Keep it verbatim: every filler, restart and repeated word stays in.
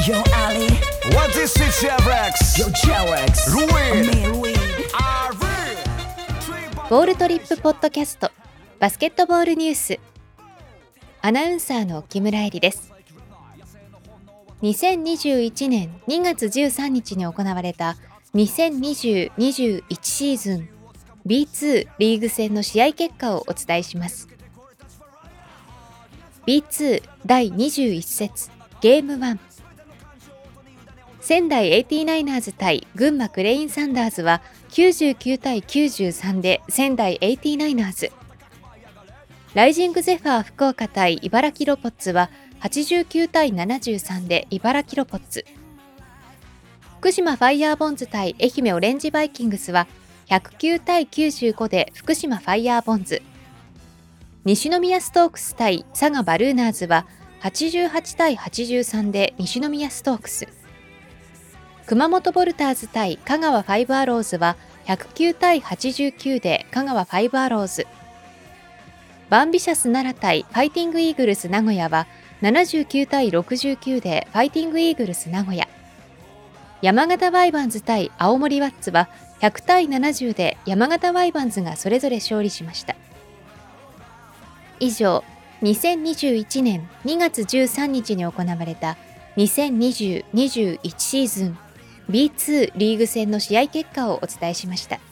Yo Ali What is it, J-Rex? Yo J-Rex Ruin Me Ruin ボールトリップポッドキャストバスケットボールニュース、アナウンサーの木村恵里です。にせんにじゅういちねんにがつじゅうさんにちに行われたにせんにじゅう にじゅういちシーズン ビーツー リーグ戦の試合結果をお伝えします。 ビーツー だいにじゅういち節ゲームワン、仙台エイティナイナーズ対群馬クレインサンダーズはきゅうじゅうきゅうたいきゅうじゅうさんで仙台エイティナイナーズ。ライジングゼファー福岡対茨城ロボッツははちじゅうきゅうたいななじゅうさんで茨城ロボッツ。福島ファイヤーボンズ対愛媛オレンジバイキングスはひゃくきゅうたいきゅうじゅうごで福島ファイヤーボンズ。西宮ストークス対佐賀バルーナーズははちじゅうはちたいはちじゅうさんで西宮ストークス。熊本ボルターズ対香川ファイブアローズはひゃくきゅうたいはちじゅうきゅうで香川ファイブアローズ。バンビシャス奈良対ファイティングイーグルス名古屋はななじゅうきゅうたいろくじゅうきゅうでファイティングイーグルス名古屋。山形ワイバンズ対青森ワッツはひゃくたいななじゅうで山形ワイバンズがそれぞれ勝利しました。以上、にせんにじゅういちねんにがつじゅうさんにちに行われたにせんにじゅう にじゅういちシーズン ビーツー リーグ戦の試合結果をお伝えしました。